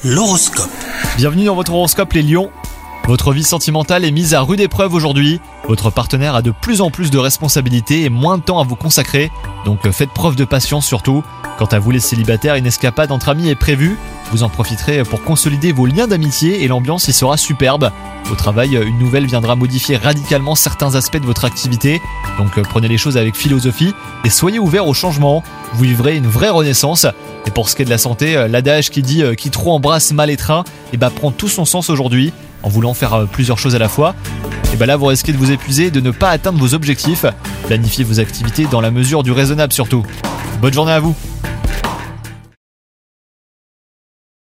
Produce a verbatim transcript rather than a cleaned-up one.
L'horoscope. Bienvenue dans votre horoscope les lions. Votre vie sentimentale est mise à rude épreuve aujourd'hui. Votre partenaire a de plus en plus de responsabilités et moins de temps à vous consacrer. Donc faites preuve de patience surtout. Quant à vous les célibataires, une escapade entre amis est prévue. Vous en profiterez pour consolider vos liens d'amitié et l'ambiance y sera superbe. Au travail, une nouvelle viendra modifier radicalement certains aspects de votre activité. Donc prenez les choses avec philosophie et soyez ouverts au changement. Vous vivrez une vraie renaissance. Et pour ce qui est de la santé, l'adage qui dit « qui trop embrasse mal étreint » eh ben, prend tout son sens aujourd'hui. En voulant faire plusieurs choses à la fois, et ben là vous risquez de vous épuiser et de ne pas atteindre vos objectifs. Planifiez vos activités dans la mesure du raisonnable surtout. Bonne journée à vous.